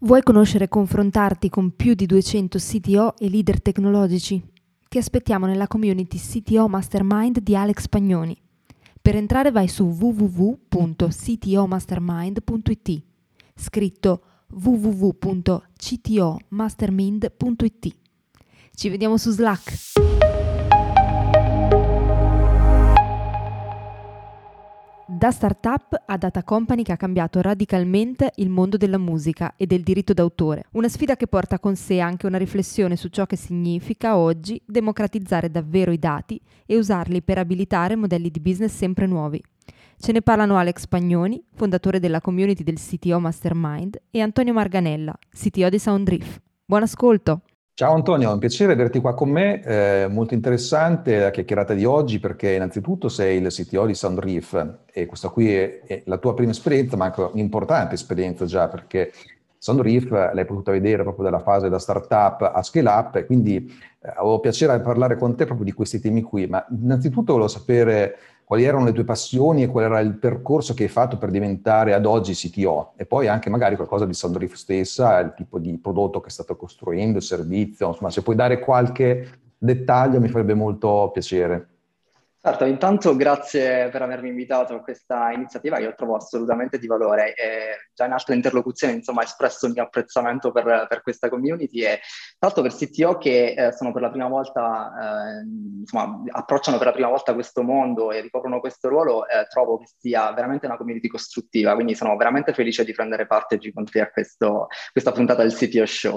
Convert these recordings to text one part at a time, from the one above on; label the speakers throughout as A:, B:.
A: Vuoi conoscere e confrontarti con più di 200 CTO e leader tecnologici? Ti aspettiamo nella community CTO Mastermind di Alex Pagnoni. Per entrare vai su www.ctomastermind.it, scritto www.ctomastermind.it. Ci vediamo su Slack! Da startup a data company che ha cambiato radicalmente il mondo della musica e del diritto d'autore. Una sfida che porta con sé anche una riflessione su ciò che significa oggi democratizzare davvero i dati e usarli per abilitare modelli di business sempre nuovi. Ce ne parlano Alex Pagnoni, fondatore della community del CTO Mastermind, e Antonio Marganella, CTO di Soundriff. Buon ascolto!
B: Ciao Antonio, è un piacere averti qua con me, molto interessante la chiacchierata di oggi perché innanzitutto sei il CTO di Soundriff e questa qui è la tua prima esperienza, ma anche un'importante esperienza già perché Soundriff l'hai potuta vedere proprio dalla fase da startup a scale up e quindi avevo piacere a parlare con te proprio di questi temi qui, ma innanzitutto volevo sapere quali erano le tue passioni e qual era il percorso che hai fatto per diventare ad oggi CTO e poi anche magari qualcosa di Soundriff stessa, il tipo di prodotto che state costruendo, il servizio, insomma se puoi dare qualche dettaglio mi farebbe molto piacere.
C: Certo, intanto grazie per avermi invitato a questa iniziativa che io trovo assolutamente di valore. Già in altre interlocuzioni, insomma, ho espresso il mio apprezzamento per questa community e tra l'altro per CTO che sono per la prima volta, insomma, approcciano per la prima volta questo mondo e ricoprono questo ruolo, trovo che sia veramente una community costruttiva, quindi sono veramente felice di prendere parte oggi con te a questa puntata del CTO Show.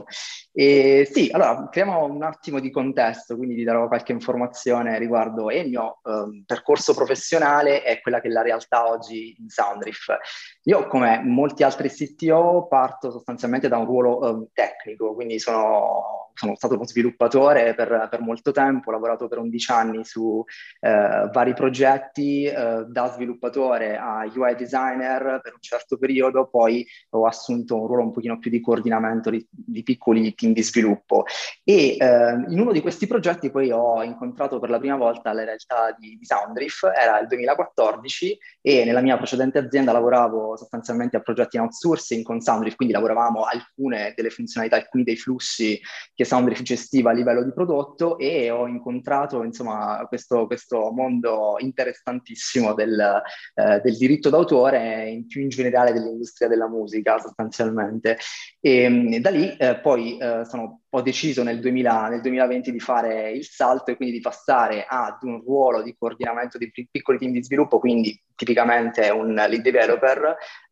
C: E sì, allora, creiamo un attimo di contesto, quindi ti darò qualche informazione riguardo il mio percorso professionale e quella che è la realtà oggi in Soundriff. Io, come molti altri CTO, parto sostanzialmente da un ruolo tecnico, quindi sono stato uno sviluppatore per molto tempo, ho lavorato per 11 anni su vari progetti, da sviluppatore a UI designer per un certo periodo, poi ho assunto un ruolo un pochino più di coordinamento di piccoli team di sviluppo e in uno di questi progetti poi ho incontrato per la prima volta la realtà di Soundriff, era il 2014 e nella mia precedente azienda lavoravo sostanzialmente a progetti in outsourcing con Soundriff, quindi lavoravamo alcune delle funzionalità, alcuni dei flussi che Soundriff gestiva a livello di prodotto e ho incontrato insomma questo mondo interessantissimo del diritto d'autore e in generale dell'industria della musica sostanzialmente. E da lì poi ho deciso nel 2020 di fare il salto e quindi di passare ad un ruolo di coordinamento di piccoli team di sviluppo, quindi tipicamente un lead developer,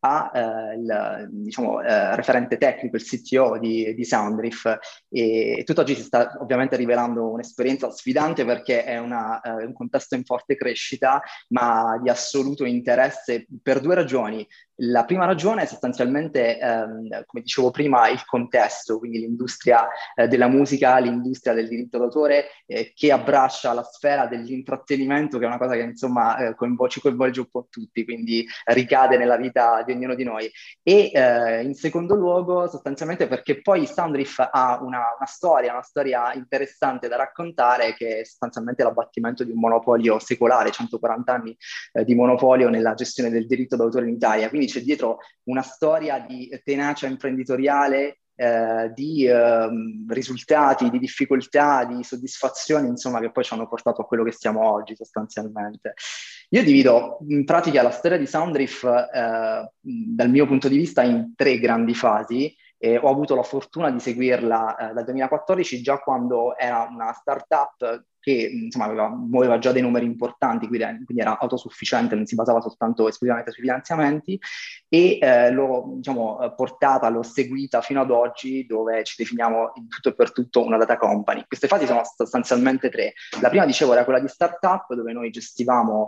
C: referente tecnico, il CTO di Soundriff. E tutt'oggi si sta ovviamente rivelando un'esperienza sfidante perché è un contesto in forte crescita, ma di assoluto interesse per due ragioni. La prima ragione è sostanzialmente, come dicevo prima, il contesto, quindi l'industria della musica, l'industria del diritto d'autore, che abbraccia la sfera dell'intrattenimento, che è una cosa che insomma ci coinvolge un po' tutti, quindi ricade nella vita di ognuno di noi. E in secondo luogo, sostanzialmente perché poi Soundriff ha una storia interessante da raccontare, che è sostanzialmente l'abbattimento di un monopolio secolare, 140 anni di monopolio nella gestione del diritto d'autore in Italia. Quindi c'è dietro una storia di tenacia imprenditoriale, di risultati, di difficoltà, di soddisfazioni, insomma, che poi ci hanno portato a quello che siamo oggi sostanzialmente. Io divido in pratica la storia di Soundriff dal mio punto di vista in tre grandi fasi. Ho avuto la fortuna di seguirla dal 2014, già quando era una startup che insomma muoveva già dei numeri importanti, quindi era autosufficiente, non si basava soltanto esclusivamente sui finanziamenti, e l'ho seguita fino ad oggi, dove ci definiamo in tutto e per tutto una data company. Queste fasi sono sostanzialmente tre. La prima, dicevo, era quella di startup, dove noi gestivamo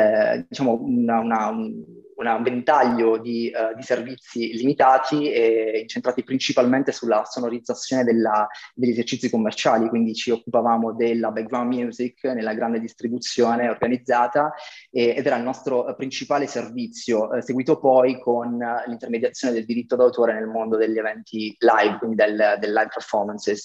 C: un ventaglio di servizi limitati e incentrati principalmente sulla sonorizzazione degli esercizi commerciali, quindi ci occupavamo della background music nella grande distribuzione organizzata ed era il nostro principale servizio, seguito poi con l'intermediazione del diritto d'autore nel mondo degli eventi live, quindi del live performances.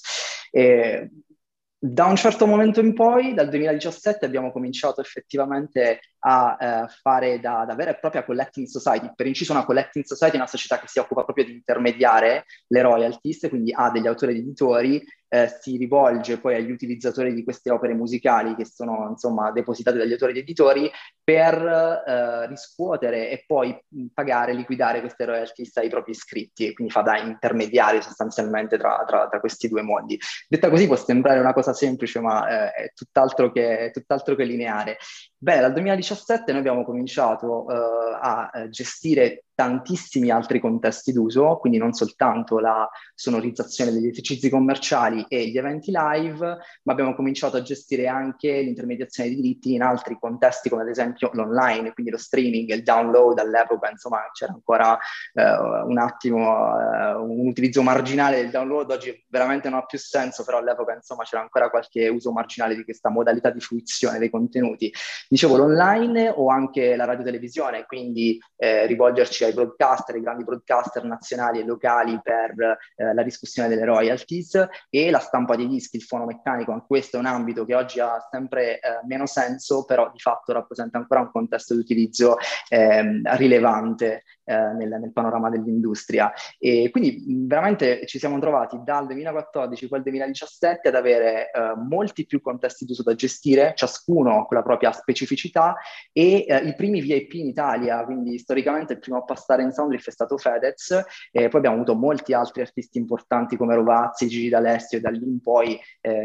C: Da un certo momento in poi, dal 2017, abbiamo cominciato effettivamente a fare da vera e propria collecting society. Per inciso, una collecting society è una società che si occupa proprio di intermediare le royalties, quindi ha degli autori ed editori, si rivolge poi agli utilizzatori di queste opere musicali che sono insomma depositate dagli autori ed editori per riscuotere e poi pagare, liquidare queste royalties ai propri iscritti, e quindi fa da intermediario sostanzialmente tra questi due mondi. Detta così può sembrare una cosa semplice, ma è tutt'altro che lineare. Beh, dal 2017 noi abbiamo cominciato a gestire tantissimi altri contesti d'uso, quindi non soltanto la sonorizzazione degli esercizi commerciali e gli eventi live, ma abbiamo cominciato a gestire anche l'intermediazione di diritti in altri contesti, come ad esempio l'online, quindi lo streaming, il download. All'epoca, insomma, c'era ancora un attimo un utilizzo marginale del download, oggi veramente non ha più senso, però all'epoca, insomma, c'era ancora qualche uso marginale di questa modalità di fruizione dei contenuti. Dicevo l'online o anche la radiotelevisione, quindi rivolgerci ai broadcaster, ai grandi broadcaster nazionali e locali per la discussione delle royalties, e la stampa dei dischi, il fonomeccanico. Anche questo è un ambito che oggi ha sempre meno senso, però di fatto rappresenta ancora un contesto di utilizzo rilevante nel panorama dell'industria. E quindi veramente ci siamo trovati dal 2014 poi al 2017 ad avere molti più contesti d'uso da gestire, ciascuno con la propria specificità, e i primi VIP in Italia, quindi storicamente il primo a passare in Soundriff è stato Fedez, e poi abbiamo avuto molti altri artisti importanti come Rovazzi, Gigi D'Alessio, e da lì in poi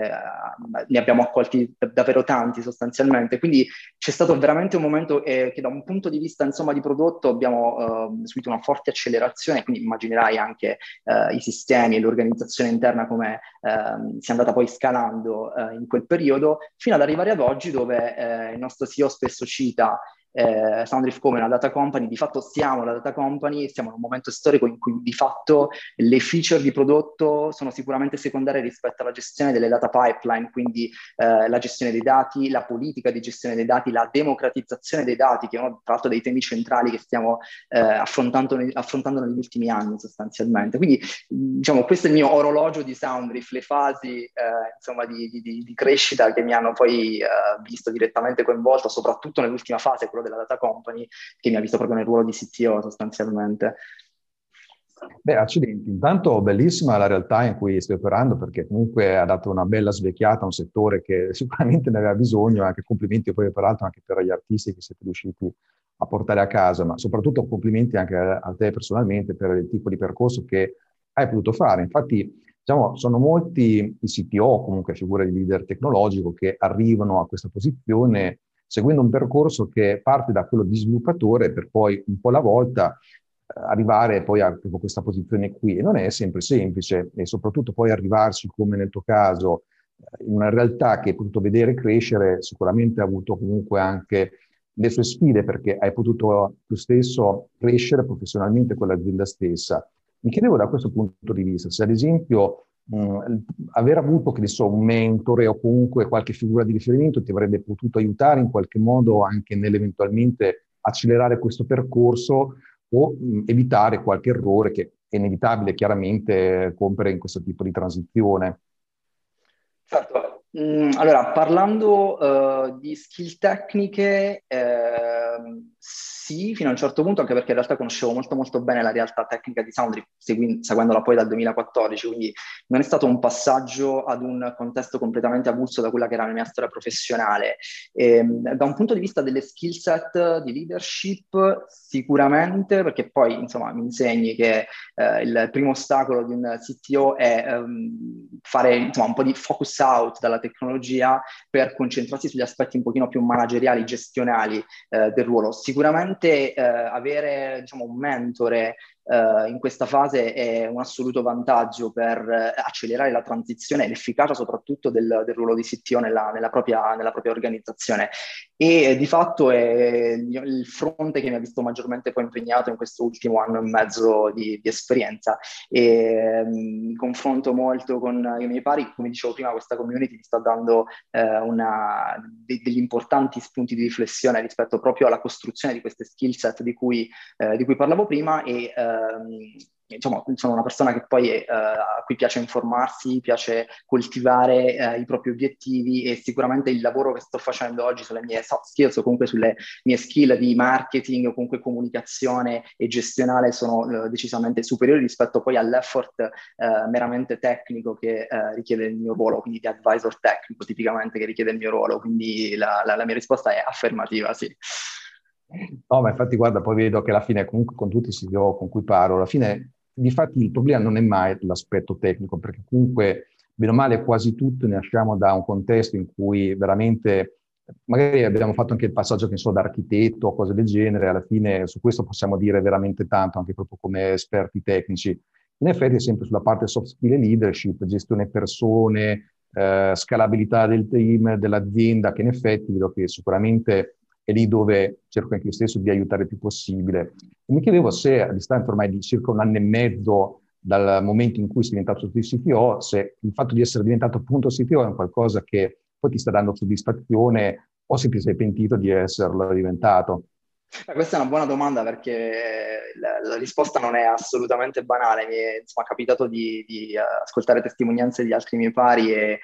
C: ne abbiamo accolti davvero tanti sostanzialmente. Quindi c'è stato veramente un momento che da un punto di vista insomma di prodotto abbiamo subito una forte accelerazione, quindi immaginerai anche i sistemi e l'organizzazione interna come si è andata poi scalando in quel periodo, fino ad arrivare ad oggi, dove il nostro CEO spesso cita Soundriff come una data company. Di fatto siamo la data company, siamo in un momento storico in cui di fatto le feature di prodotto sono sicuramente secondarie rispetto alla gestione delle data pipeline, quindi la gestione dei dati, la politica di gestione dei dati, la democratizzazione dei dati, che è uno tra l'altro dei temi centrali che stiamo affrontando negli ultimi anni sostanzialmente. Quindi diciamo questo è il mio orologio di Soundriff, le fasi insomma di crescita che mi hanno poi visto direttamente coinvolto, soprattutto nell'ultima fase, quello della data company, che mi ha visto proprio nel ruolo di CTO sostanzialmente.
B: Beh, accidenti. Intanto bellissima la realtà in cui stai operando, perché comunque ha dato una bella svecchiata a un settore che sicuramente ne aveva bisogno. Anche complimenti poi peraltro anche per gli artisti che siete riusciti a portare a casa, ma soprattutto complimenti anche a te personalmente per il tipo di percorso che hai potuto fare. Infatti, diciamo, sono molti i CTO, o comunque figure di leader tecnologico, che arrivano a questa posizione seguendo un percorso che parte da quello di sviluppatore per poi un po' alla volta arrivare poi a questa posizione qui. E non è sempre semplice, e soprattutto poi arrivarci, come nel tuo caso, in una realtà che hai potuto vedere crescere. Sicuramente ha avuto comunque anche le sue sfide, perché hai potuto tu stesso crescere professionalmente con l'azienda stessa. Mi chiedevo da questo punto di vista se ad esempio aver avuto, che ne so, un mentore o comunque qualche figura di riferimento ti avrebbe potuto aiutare in qualche modo anche nell'eventualmente accelerare questo percorso, o evitare qualche errore che è inevitabile chiaramente compiere in questo tipo di transizione.
C: Certo. Allora, parlando di skill tecniche, sì, fino a un certo punto, anche perché in realtà conoscevo molto molto bene la realtà tecnica di Soundriff, seguendola poi dal 2014, quindi non è stato un passaggio ad un contesto completamente avulso da quella che era la mia storia professionale. Da un punto di vista delle skill set di leadership, sicuramente, perché poi insomma mi insegni che il primo ostacolo di un CTO è fare insomma un po' di focus out dalla tecnologia per concentrarsi sugli aspetti un pochino più manageriali, gestionali del ruolo. Sicuramente avere diciamo un mentore in questa fase è un assoluto vantaggio per accelerare la transizione e l'efficacia soprattutto del ruolo di CTO nella propria organizzazione. E di fatto è il fronte che mi ha visto maggiormente poi impegnato in questo ultimo anno e mezzo di esperienza. E mi confronto molto con i miei pari, come dicevo prima, questa community mi sta dando degli importanti spunti di riflessione rispetto proprio alla costruzione di queste skill set di cui parlavo prima, e diciamo, sono una persona che poi a cui piace informarsi, piace coltivare i propri obiettivi, e sicuramente il lavoro che sto facendo oggi sulle mie soft skills o comunque sulle mie skill di marketing o comunque comunicazione e gestionale sono decisamente superiori rispetto poi all'effort meramente tecnico che richiede il mio ruolo, quindi di advisor tecnico tipicamente che richiede il mio ruolo, quindi la mia risposta è affermativa, sì.
B: No, ma infatti guarda, poi vedo che alla fine comunque con tutti i CEO con cui parlo, alla fine difatti il problema non è mai l'aspetto tecnico, perché comunque bene o male quasi tutti nasciamo da un contesto in cui veramente, magari abbiamo fatto anche il passaggio che ne so da architetto o cose del genere, alla fine su questo possiamo dire veramente tanto, anche proprio come esperti tecnici. In effetti è sempre sulla parte soft skill e leadership, gestione persone, scalabilità del team, dell'azienda, che in effetti vedo che sicuramente è lì dove cerco anche io stesso di aiutare il più possibile. E mi chiedevo se a distanza ormai di circa un anno e mezzo dal momento in cui sei diventato CTO, se il fatto di essere diventato appunto CTO è un qualcosa che poi ti sta dando soddisfazione o se ti sei pentito di esserlo diventato.
C: Questa è una buona domanda perché la risposta non è assolutamente banale. Mi è insomma, capitato di ascoltare testimonianze di altri miei pari e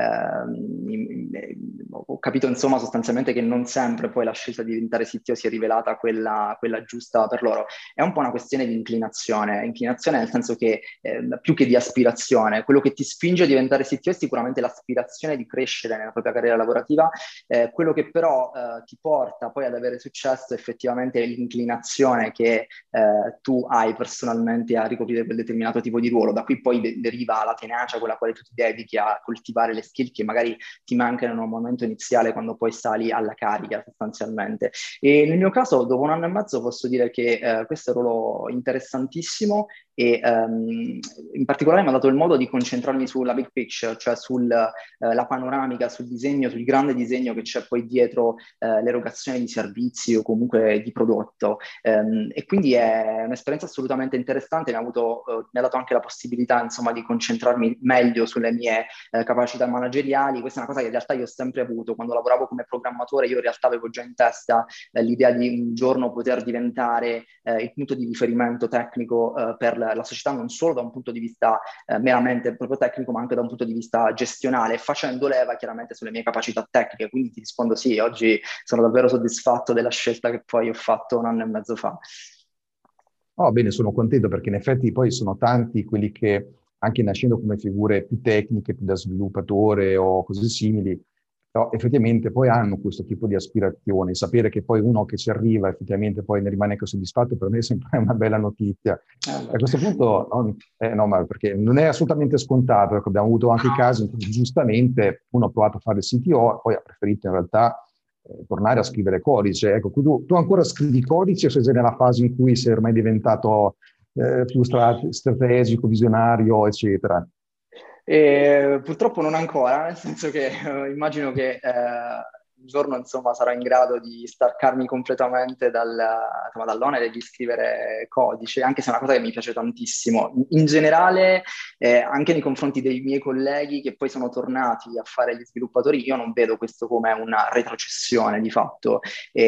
C: ho capito insomma sostanzialmente che non sempre poi la scelta di diventare CTO si è rivelata quella giusta per loro. È un po' una questione di inclinazione nel senso che più che di aspirazione, quello che ti spinge a diventare CTO è sicuramente l'aspirazione di crescere nella propria carriera lavorativa, quello che però ti porta poi ad avere successo effettivamente è l'inclinazione che tu hai personalmente a ricoprire quel determinato tipo di ruolo. Da qui poi deriva la tenacia con la quale tu ti dedichi a coltivare le skill che magari ti mancano in un momento iniziale quando poi sali alla carica sostanzialmente. E nel mio caso, dopo un anno e mezzo, posso dire che questo è un ruolo interessantissimo e in particolare mi ha dato il modo di concentrarmi sulla big picture, cioè sulla panoramica, sul disegno, sul grande disegno che c'è poi dietro l'erogazione di servizi o comunque di prodotto. E quindi è un'esperienza assolutamente interessante, mi ha dato anche la possibilità insomma di concentrarmi meglio sulle mie capacità manageriali. Questa è una cosa che in realtà io ho sempre avuto. Quando lavoravo come programmatore io in realtà avevo già in testa l'idea di un giorno poter diventare il punto di riferimento tecnico per la società, non solo da un punto di vista meramente proprio tecnico, ma anche da un punto di vista gestionale, facendo leva chiaramente sulle mie capacità tecniche. Quindi ti rispondo sì, oggi sono davvero soddisfatto della scelta che poi ho fatto un anno e mezzo fa.
B: Oh, bene, sono contento perché in effetti poi sono tanti quelli che, anche nascendo come figure più tecniche, più da sviluppatore o cose simili, però effettivamente poi hanno questo tipo di aspirazione. Sapere che poi uno che ci arriva effettivamente poi ne rimane anche soddisfatto, per me è sempre una bella notizia. A questo punto, no, ma perché non è assolutamente scontato, ecco, abbiamo avuto anche i casi in cui giustamente uno ha provato a fare il CTO, poi ha preferito in realtà tornare a scrivere codice. Ecco, tu ancora scrivi codice o sei già nella fase in cui sei ormai diventato più strategico, visionario, eccetera?
C: Purtroppo non ancora, nel senso che immagino che un giorno insomma sarò in grado di staccarmi completamente insomma, dall'onere di scrivere codice, anche se è una cosa che mi piace tantissimo. In generale, anche nei confronti dei miei colleghi che poi sono tornati a fare gli sviluppatori, io non vedo questo come una retrocessione di fatto.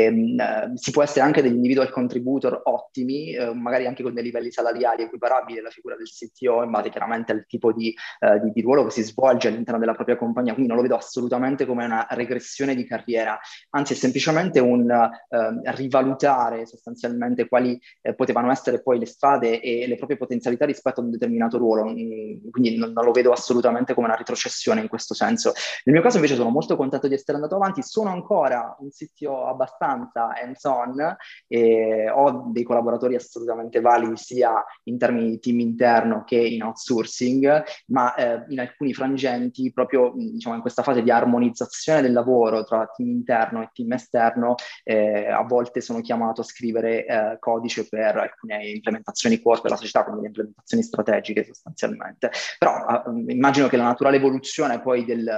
C: Si può essere anche degli individual contributor ottimi, magari anche con dei livelli salariali equiparabili alla figura del CTO, in base chiaramente al tipo di ruolo che si svolge all'interno della propria compagnia, quindi non lo vedo assolutamente come una regressione di carriera, anzi è semplicemente un rivalutare sostanzialmente quali potevano essere poi le strade e le proprie potenzialità rispetto a un determinato ruolo, quindi non lo vedo assolutamente come una retrocessione in questo senso. Nel mio caso invece sono molto contento di essere andato avanti, sono ancora un CTO abbastanza hands-on e ho dei collaboratori assolutamente validi sia in termini di team interno che in outsourcing, ma in alcuni frangenti, proprio diciamo, in questa fase di armonizzazione del lavoro tra team interno e team esterno, a volte sono chiamato a scrivere codice per alcune implementazioni core per la società, quindi le implementazioni strategiche sostanzialmente. Però immagino che la naturale evoluzione poi del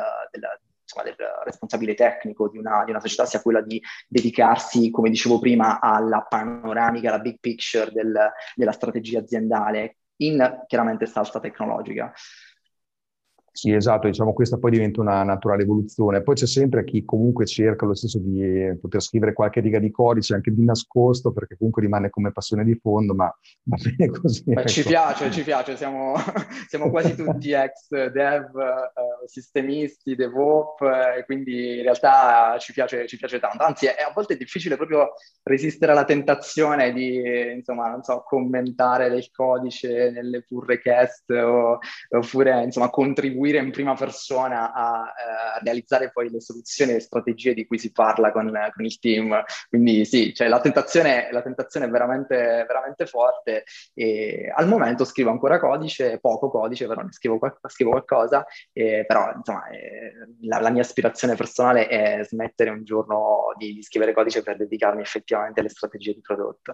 C: responsabile tecnico di una società sia quella di dedicarsi, come dicevo prima, alla panoramica, alla big picture della strategia aziendale in chiaramente salsa tecnologica.
B: Sì, esatto, diciamo questa poi diventa una naturale evoluzione. Poi c'è sempre chi comunque cerca lo stesso di poter scrivere qualche riga di codice anche di nascosto, perché comunque rimane come passione di fondo, ma va bene così,
C: Beh,
B: ecco.
C: ci piace, siamo quasi tutti ex dev, sistemisti, DevOps, e quindi in realtà ci piace tanto. Anzi, a volte è difficile proprio resistere alla tentazione di, insomma, non so, commentare del codice nelle pull request oppure, insomma, contribuire in prima persona a realizzare poi le soluzioni e le strategie di cui si parla con il team. Quindi sì, cioè, la tentazione è veramente, veramente forte. E al momento scrivo ancora codice, poco codice, però ne scrivo qualcosa, però insomma la mia aspirazione personale è smettere un giorno di scrivere codice per dedicarmi effettivamente alle strategie di prodotto.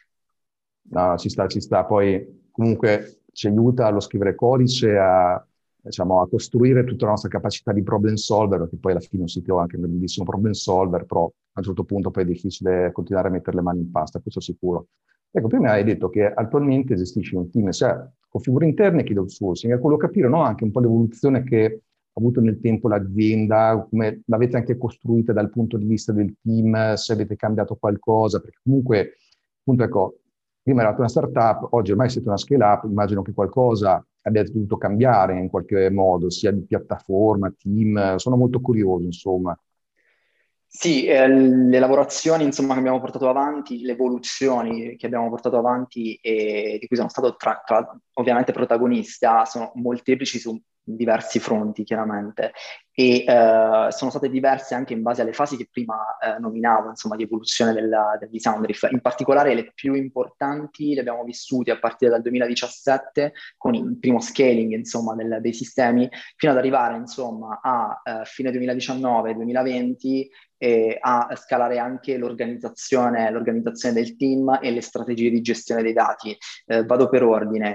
B: No, ci sta. Poi comunque ci aiuta lo scrivere codice a, diciamo, a costruire tutta la nostra capacità di problem solver, perché poi alla fine un sito è anche un bellissimo problem solver, però a un certo punto poi è difficile continuare a mettere le mani in pasta, questo sicuro. Ecco, prima hai detto che attualmente gestisci un team, sia con figure interne che di outsourcing. Ecco, volevo capire, no, anche un po' l'evoluzione che ha avuto nel tempo l'azienda, come l'avete anche costruita dal punto di vista del team, se avete cambiato qualcosa, perché comunque, appunto, ecco, prima eravate una startup, oggi ormai siete una scale-up, immagino che qualcosa abbiate dovuto cambiare in qualche modo, sia di piattaforma, team, sono molto curioso, insomma.
C: Sì, le lavorazioni insomma, che abbiamo portato avanti, le evoluzioni che abbiamo portato avanti e di cui sono stato ovviamente protagonista sono molteplici su diversi fronti, chiaramente, e sono state diverse anche in base alle fasi che prima nominavo, insomma, di evoluzione di Soundriff. In particolare le più importanti le abbiamo vissute a partire dal 2017 con il primo scaling, insomma, dei sistemi, fino ad arrivare, insomma, a fine 2019-2020 e a scalare anche l'organizzazione del team e le strategie di gestione dei dati. Vado per ordine.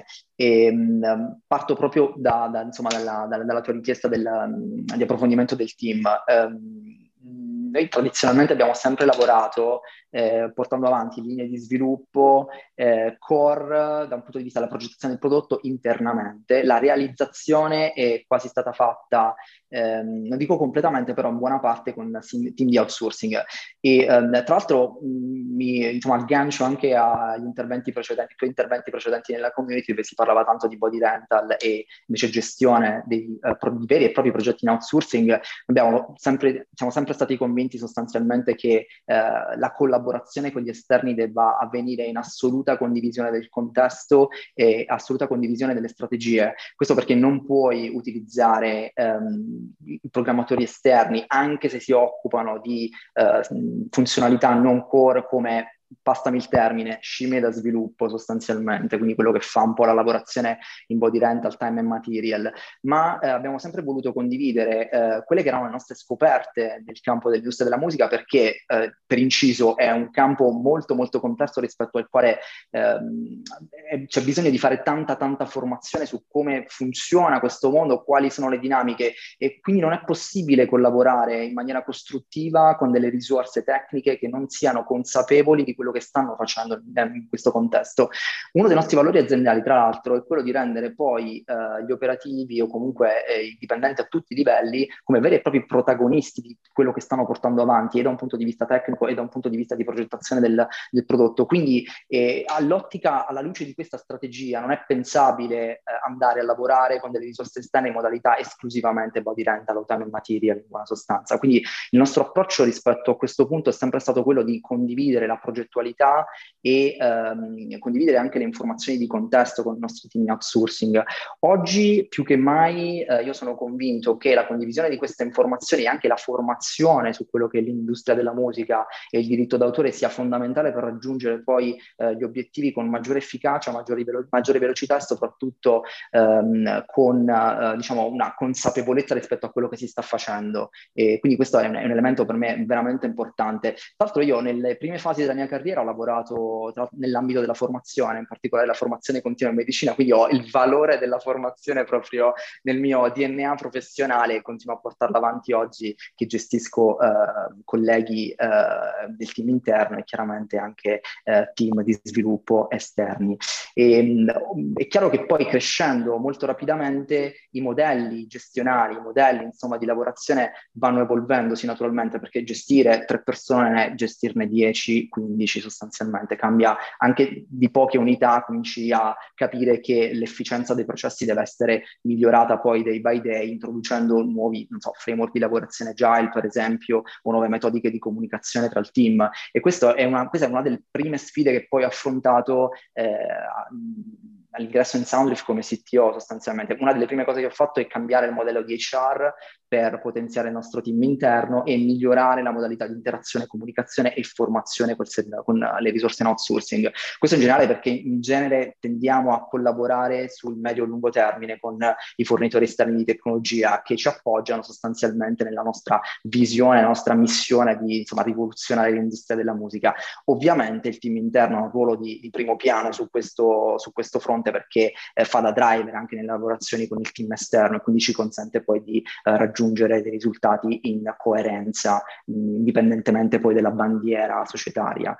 C: Parto proprio insomma, dalla tua richiesta di approfondimento del team. Noi tradizionalmente abbiamo sempre lavorato portando avanti linee di sviluppo core da un punto di vista della progettazione del prodotto internamente. La realizzazione è quasi stata fatta, non dico completamente, però in buona parte con team di outsourcing. E tra l'altro insomma, aggancio anche agli i tuoi interventi precedenti nella community dove si parlava tanto di body rental e invece gestione di veri e propri progetti in outsourcing. Siamo sempre stati convinti sostanzialmente che la collaborazione con gli esterni debba avvenire in assoluta condivisione del contesto e assoluta condivisione delle strategie. Questo perché non puoi utilizzare i programmatori esterni, anche se si occupano di funzionalità non core come passami il termine, scimmie da sviluppo sostanzialmente, quindi quello che fa un po' la lavorazione in body rental, time and material, ma abbiamo sempre voluto condividere quelle che erano le nostre scoperte nel campo dell'industria della musica perché, per inciso, è un campo molto molto complesso rispetto al quale c'è bisogno di fare tanta formazione su come funziona questo mondo, quali sono le dinamiche e quindi non è possibile collaborare in maniera costruttiva con delle risorse tecniche che non siano consapevoli di quello che stanno facendo in questo contesto. Uno dei nostri valori aziendali, tra l'altro, è quello di rendere poi gli operativi o comunque i dipendenti a tutti i livelli come veri e propri protagonisti di quello che stanno portando avanti, e da un punto di vista tecnico e da un punto di vista di progettazione del prodotto. Quindi all'ottica, alla luce di questa strategia, non è pensabile andare a lavorare con delle risorse esterne in modalità esclusivamente body rental o time and material, in buona sostanza. Quindi il nostro approccio rispetto a questo punto è sempre stato quello di condividere la progettualità e condividere anche le informazioni di contesto con il nostro team in outsourcing. Oggi più che mai io sono convinto che la condivisione di queste informazioni e anche la formazione su quello che è l'industria della musica e il diritto d'autore sia fondamentale per raggiungere poi gli obiettivi con maggiore efficacia, maggiore velocità e soprattutto con diciamo una consapevolezza rispetto a quello che si sta facendo. E quindi questo è un elemento per me veramente importante. Tra l'altro io nelle prime fasi della mia carriera ho lavorato nell'ambito della formazione, in particolare la formazione continua in medicina, quindi ho il valore della formazione proprio nel mio DNA professionale e continuo a portarla avanti oggi che gestisco colleghi del team interno e chiaramente anche team di sviluppo esterni. È chiaro che poi crescendo molto rapidamente i modelli gestionali, i modelli insomma di lavorazione vanno evolvendosi naturalmente, perché gestire 3 persone, gestirne 10, 15 sostanzialmente, cambia anche di poche unità, cominci a capire che l'efficienza dei processi deve essere migliorata poi day by day, introducendo nuovi, non so, framework di lavorazione agile per esempio, o nuove metodiche di comunicazione tra il team. E questa è una delle prime sfide che poi ho affrontato all'ingresso in Soundriff come CTO sostanzialmente. Una delle prime cose che ho fatto è cambiare il modello di HR per potenziare il nostro team interno e migliorare la modalità di interazione, comunicazione e formazione con le risorse in outsourcing. Questo in generale perché in genere tendiamo a collaborare sul medio-lungo termine con i fornitori esterni di tecnologia che ci appoggiano sostanzialmente nella nostra visione, la nostra missione di insomma, rivoluzionare l'industria della musica. Ovviamente il team interno ha un ruolo di primo piano su questo fronte perché fa da driver anche nelle lavorazioni con il team esterno e quindi ci consente poi di raggiungere dei risultati in coerenza, indipendentemente poi dalla bandiera societaria.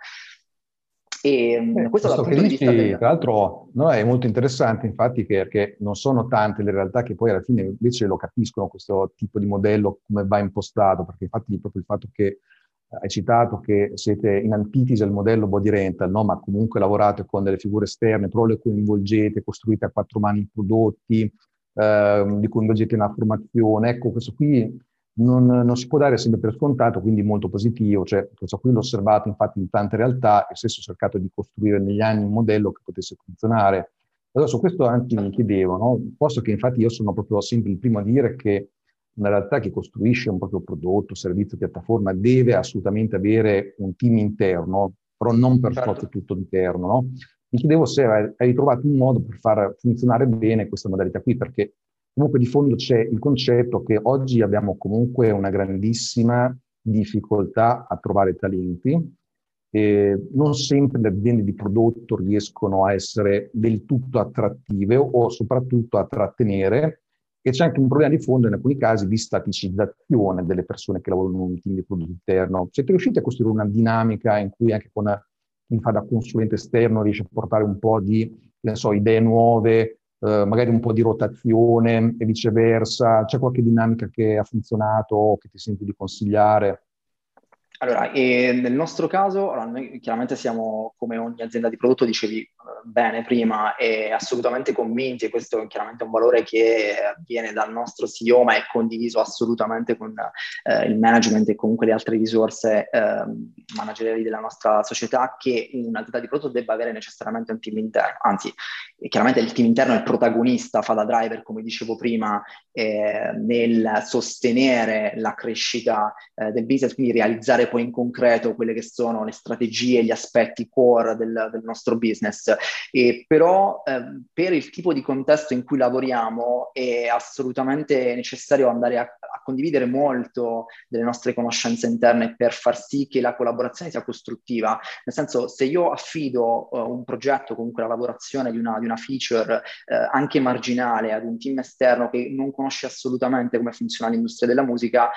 C: E questo dal
B: Questo che
C: punto di vista
B: dici, tra l'altro, no, è molto interessante, infatti, perché non sono tante le realtà che poi alla fine invece lo capiscono questo tipo di modello, come va impostato, perché infatti proprio il fatto che hai citato che siete in antitesi al modello body rental, no? Ma comunque lavorate con delle figure esterne, però le coinvolgete, costruite a 4 mani i prodotti, li coinvolgete nella formazione. Ecco, questo qui non si può dare sempre per scontato, quindi molto positivo. Cioè, questo qui l'ho osservato infatti in tante realtà e stesso ho cercato di costruire negli anni un modello che potesse funzionare. Allora, su questo anche mi chiedevo, no? Posto che infatti io sono proprio sempre il primo a dire che una realtà che costruisce un proprio prodotto, servizio, piattaforma, deve assolutamente avere un team interno, però non per forza tutto interno, no? Mi chiedevo se hai trovato un modo per far funzionare bene questa modalità qui, perché comunque di fondo c'è il concetto che oggi abbiamo comunque una grandissima difficoltà a trovare talenti. Non sempre le aziende di prodotto riescono a essere del tutto attrattive o soprattutto a trattenere, e c'è anche un problema di fondo in alcuni casi di staticizzazione delle persone che lavorano in un team di prodotto interno. Siete riusciti a costruire una dinamica in cui anche con chi fa da consulente esterno riesce a portare un po' di, ne so, idee nuove, magari un po' di rotazione e viceversa? C'è qualche dinamica che ha funzionato o che ti senti di consigliare?
C: Allora, nel nostro caso, allora, noi chiaramente siamo, come ogni azienda di prodotto, dicevi bene prima, e assolutamente convinti, e questo è chiaramente un valore che viene dal nostro CEO, ma è condiviso assolutamente con il management e comunque le altre risorse manageriali della nostra società, che un'azienda di prodotto debba avere necessariamente un team interno. Anzi, chiaramente il team interno è il protagonista, fa da driver, come dicevo prima, nel sostenere la crescita del business, quindi realizzare poi in concreto quelle che sono le strategie, gli aspetti core del nostro business. Però per il tipo di contesto in cui lavoriamo è assolutamente necessario andare a condividere molto delle nostre conoscenze interne per far sì che la collaborazione sia costruttiva. Nel senso, se io affido un progetto, comunque la lavorazione di una feature anche marginale ad un team esterno che non conosce assolutamente come funziona l'industria della musica,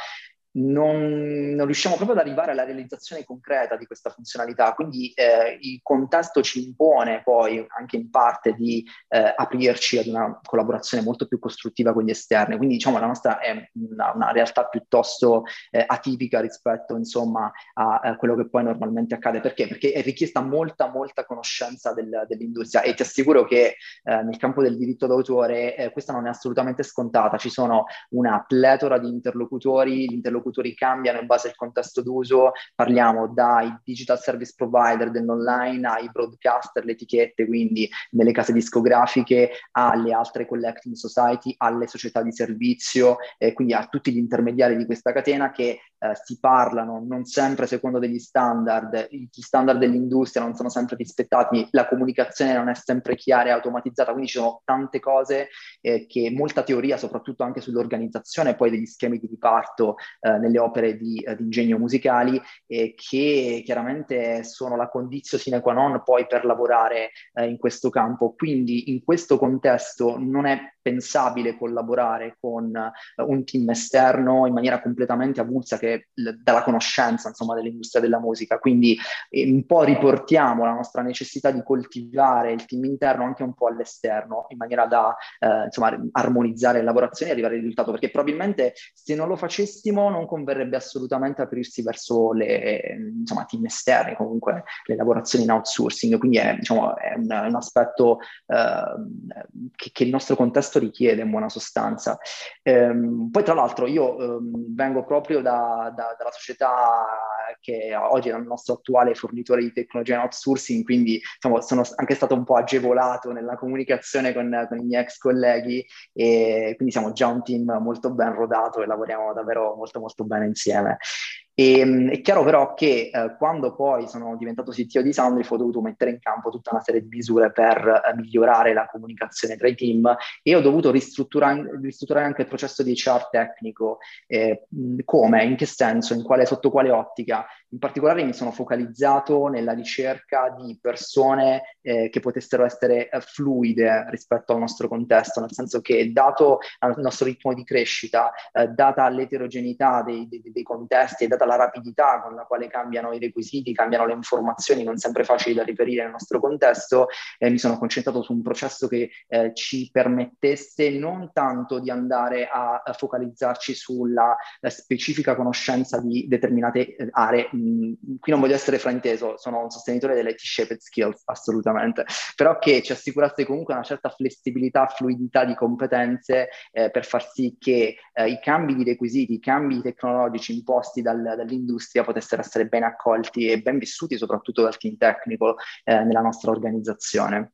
C: non riusciamo proprio ad arrivare alla realizzazione concreta di questa funzionalità, quindi il contesto ci impone poi anche in parte di aprirci ad una collaborazione molto più costruttiva con gli esterni, quindi diciamo la nostra è una realtà piuttosto atipica rispetto insomma a quello che poi normalmente accade. Perché? Perché è richiesta molta conoscenza dell'industria, e ti assicuro che nel campo del diritto d'autore questa non è assolutamente scontata. Ci sono una pletora di interlocutori, gli interlocutori cambiano in base al contesto d'uso, parliamo dai digital service provider dell'online ai broadcaster, le etichette, quindi delle case discografiche, alle altre collecting society, alle società di servizio, quindi a tutti gli intermediari di questa catena che si parlano non sempre secondo degli standard, gli standard dell'industria non sono sempre rispettati, la comunicazione non è sempre chiara e automatizzata, quindi ci sono tante cose che molta teoria, soprattutto anche sull'organizzazione poi degli schemi di riparto nelle opere di ingegno musicali, che chiaramente sono la condizione sine qua non poi per lavorare in questo campo. Quindi in questo contesto non è pensabile collaborare con un team esterno in maniera completamente avulsa dalla conoscenza, insomma, dell'industria della musica. Quindi un po' riportiamo la nostra necessità di coltivare il team interno anche un po' all'esterno, in maniera da insomma, armonizzare le lavorazioni e arrivare al risultato, perché probabilmente se non lo facessimo non converrebbe assolutamente aprirsi verso insomma, team esterni, comunque le lavorazioni in outsourcing. Quindi diciamo, è un aspetto che il nostro contesto richiede in buona sostanza. Poi tra l'altro io vengo proprio dalla società che oggi è il nostro attuale fornitore di tecnologia in outsourcing, quindi diciamo, sono anche stato un po' agevolato nella comunicazione con i miei ex colleghi, e quindi siamo già un team molto ben rodato e lavoriamo davvero molto molto bene insieme. È chiaro però che quando poi sono diventato CTO di Soundriff ho dovuto mettere in campo tutta una serie di misure per migliorare la comunicazione tra i team, e ho dovuto ristrutturare anche il processo di HR tecnico. Come? In che senso? Sotto quale ottica? In particolare mi sono focalizzato nella ricerca di persone che potessero essere fluide rispetto al nostro contesto, nel senso che dato il nostro ritmo di crescita, data l'eterogeneità dei contesti e data la rapidità con la quale cambiano i requisiti, cambiano le informazioni non sempre facili da reperire nel nostro contesto, mi sono concentrato su un processo che ci permettesse non tanto di andare a focalizzarci sulla specifica conoscenza di determinate aree. Qui non voglio essere frainteso, sono un sostenitore delle T-shaped skills, assolutamente, però che ci assicurasse comunque una certa flessibilità, fluidità di competenze per far sì che i cambi di requisiti, i cambi tecnologici imposti dall'industria potessero essere ben accolti e ben vissuti soprattutto dal team tecnico nella nostra organizzazione.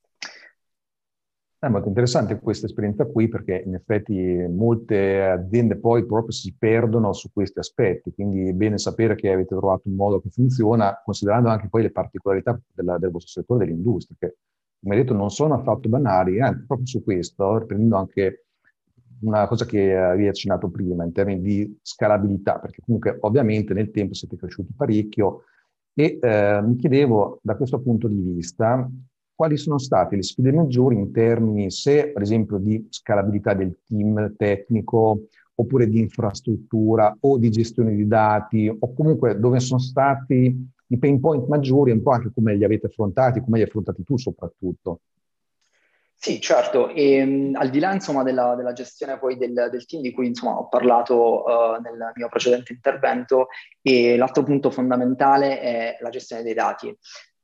B: È molto interessante questa esperienza qui, perché in effetti molte aziende poi proprio si perdono su questi aspetti, quindi è bene sapere che avete trovato un modo che funziona, considerando anche poi le particolarità del vostro settore, dell'industria, che come detto non sono affatto banali, anzi proprio su questo, riprendendo anche una cosa che avevi accennato prima in termini di scalabilità, perché comunque ovviamente nel tempo siete cresciuti parecchio, e mi chiedevo da questo punto di vista quali sono state le sfide maggiori in termini, se ad esempio, di scalabilità del team tecnico, oppure di infrastruttura o di gestione di dati, o comunque dove sono stati i pain point maggiori, e un po' anche come li avete affrontati, come li hai affrontati tu soprattutto.
C: Sì, certo, e al di là insomma della gestione poi del team di cui insomma ho parlato nel mio precedente intervento, e l'altro punto fondamentale è la gestione dei dati.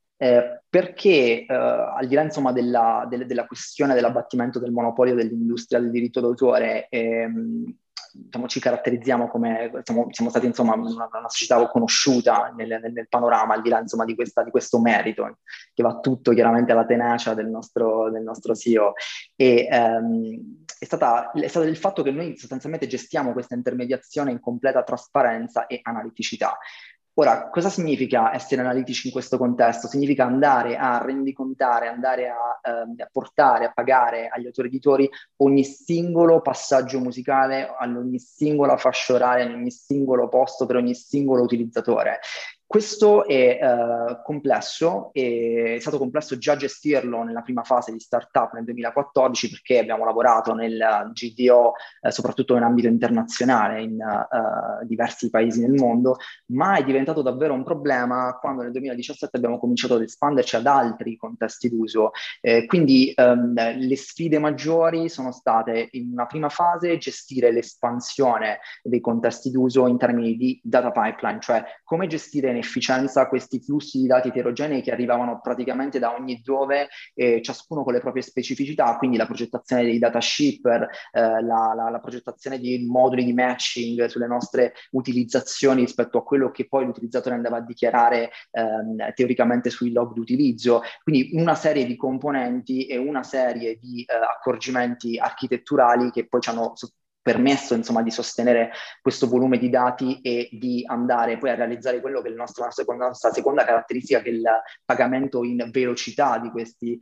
C: Perché al di là insomma della questione dell'abbattimento del monopolio dell'industria del diritto d'autore, diciamo, ci caratterizziamo come siamo stati insomma una società conosciuta nel panorama, al di là insomma di questo merito che va tutto chiaramente alla tenacia del nostro CEO, e è stato il fatto che noi sostanzialmente gestiamo questa intermediazione in completa trasparenza e analiticità. Ora, cosa significa essere analitici in questo contesto? Significa andare a rendicontare, andare a portare, a pagare agli autori editori ogni singolo passaggio musicale, ogni singola fascia oraria, in ogni singolo posto per ogni singolo utilizzatore. Questo è complesso, è stato complesso già gestirlo nella prima fase di startup nel 2014, perché abbiamo lavorato nel GDO soprattutto in ambito internazionale in diversi paesi nel mondo, ma è diventato davvero un problema quando nel 2017 abbiamo cominciato ad espanderci ad altri contesti d'uso. Quindi le sfide maggiori sono state in una prima fase gestire l'espansione dei contesti d'uso in termini di data pipeline, cioè come gestire in efficienza questi flussi di dati eterogenei che arrivavano praticamente da ogni dove, ciascuno con le proprie specificità, quindi la progettazione dei data shipper, la progettazione di moduli di matching sulle nostre utilizzazioni rispetto a quello che poi l'utilizzatore andava a dichiarare teoricamente sui log di utilizzo. Quindi una serie di componenti e una serie di accorgimenti architetturali che poi ci hanno permesso insomma di sostenere questo volume di dati e di andare poi a realizzare quello che è la nostra seconda caratteristica, che è il pagamento in velocità di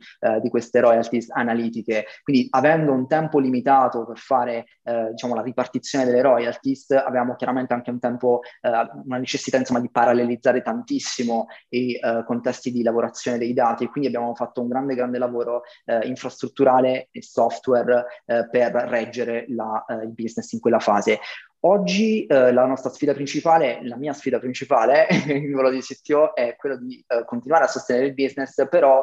C: queste royalties analitiche. Quindi avendo un tempo limitato per fare diciamo, la ripartizione delle royalties, avevamo chiaramente anche una necessità insomma di parallelizzare tantissimo i contesti di lavorazione dei dati, e quindi abbiamo fatto un grande lavoro infrastrutturale e software per reggere il business in quella fase. Oggi la nostra sfida principale, la mia sfida principale in ruolo di CTO, è quella di continuare a sostenere il business, però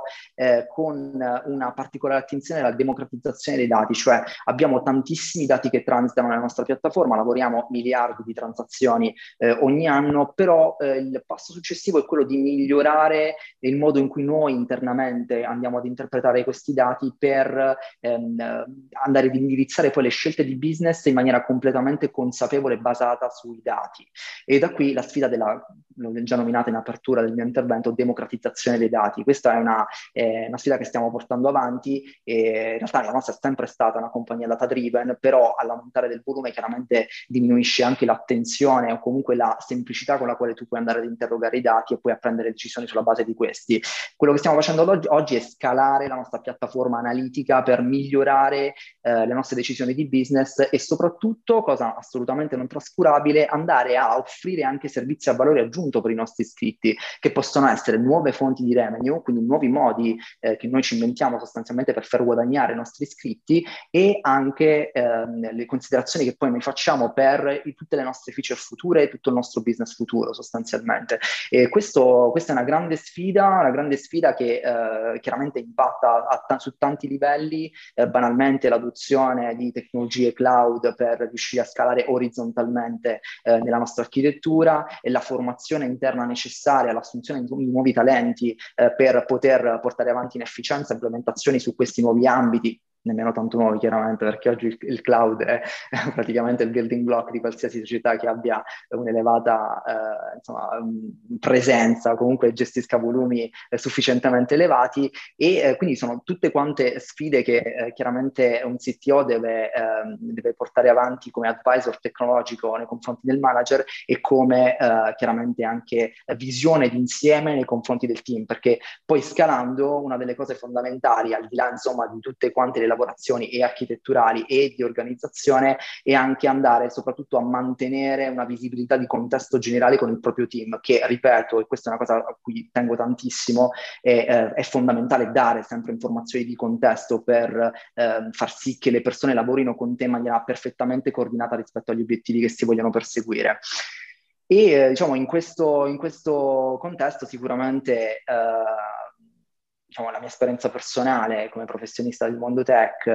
C: con una particolare attenzione alla democratizzazione dei dati, cioè abbiamo tantissimi dati che transitano nella nostra piattaforma, lavoriamo miliardi di transazioni ogni anno, però il passo successivo è quello di migliorare il modo in cui noi internamente andiamo ad interpretare questi dati per andare ad indirizzare poi le scelte di business in maniera completamente consapevole, basata sui dati. E da qui la sfida l'ho già nominata in apertura del mio intervento, democratizzazione dei dati. Questa è una sfida che stiamo portando avanti, e in realtà la nostra è sempre stata una compagnia data driven, però all'aumentare del volume chiaramente diminuisce anche l'attenzione o comunque la semplicità con la quale tu puoi andare ad interrogare i dati e poi a prendere decisioni sulla base di questi. Quello che stiamo facendo oggi è scalare la nostra piattaforma analitica per migliorare le nostre decisioni di business, e soprattutto, cosa assolutamente non trascurabile, andare a offrire anche servizi a valore aggiunto per i nostri iscritti, che possono essere nuove fonti di revenue, quindi nuovi modi che noi ci inventiamo sostanzialmente per far guadagnare i nostri iscritti, e anche le considerazioni che poi noi facciamo per tutte le nostre feature future e tutto il nostro business futuro sostanzialmente. E questa è una grande sfida che chiaramente impatta su tanti livelli, banalmente l'adozione di tecnologie cloud per riuscire a scalare orizzontalmente nella nostra architettura, e la formazione interna necessaria all'assunzione di nuovi talenti per poter portare avanti in efficienza implementazioni su questi nuovi ambiti, nemmeno tanto nuovi chiaramente, perché oggi il cloud è praticamente il building block di qualsiasi società che abbia un'elevata presenza, comunque gestisca volumi sufficientemente elevati, e quindi sono tutte quante sfide che chiaramente un CTO deve portare avanti come advisor tecnologico nei confronti del manager, e come chiaramente anche visione d'insieme nei confronti del team, perché poi scalando, una delle cose fondamentali, al di là insomma di tutte quante le lavorazioni e architetturali e di organizzazione, è anche andare soprattutto a mantenere una visibilità di contesto generale con il proprio team, che, ripeto, e questa è una cosa a cui tengo tantissimo, è fondamentale dare sempre informazioni di contesto per far sì che le persone lavorino con te in maniera perfettamente coordinata rispetto agli obiettivi che si vogliono perseguire. E diciamo in questo contesto sicuramente diciamo, la mia esperienza personale come professionista del mondo tech,